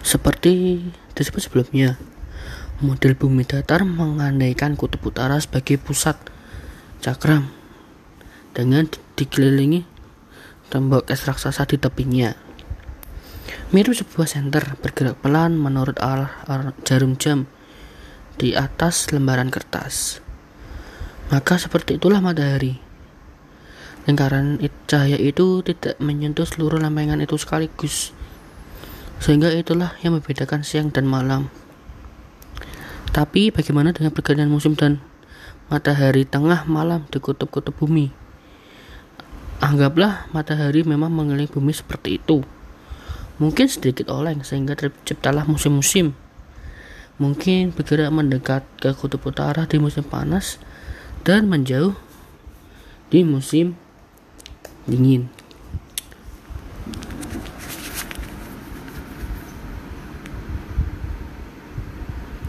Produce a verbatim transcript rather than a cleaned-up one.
Seperti disebut sebelumnya, model bumi datar mengandaikan kutub utara sebagai pusat cakram dengan dikelilingi tembok es raksasa di tepinya. Mirip sebuah senter bergerak pelan menurut arah jarum jam di atas lembaran kertas. Maka seperti itulah matahari. Lingkaran cahaya itu tidak menyentuh seluruh lempengan itu sekaligus, sehingga itulah yang membedakan siang dan malam. Tapi bagaimana dengan pergantian musim dan matahari tengah malam di kutub-kutub bumi? Anggaplah matahari memang mengelilingi bumi seperti itu. Mungkin sedikit oleng sehingga terciptalah musim-musim. Mungkin bergerak mendekat ke kutub utara di musim panas dan menjauh di musim dingin.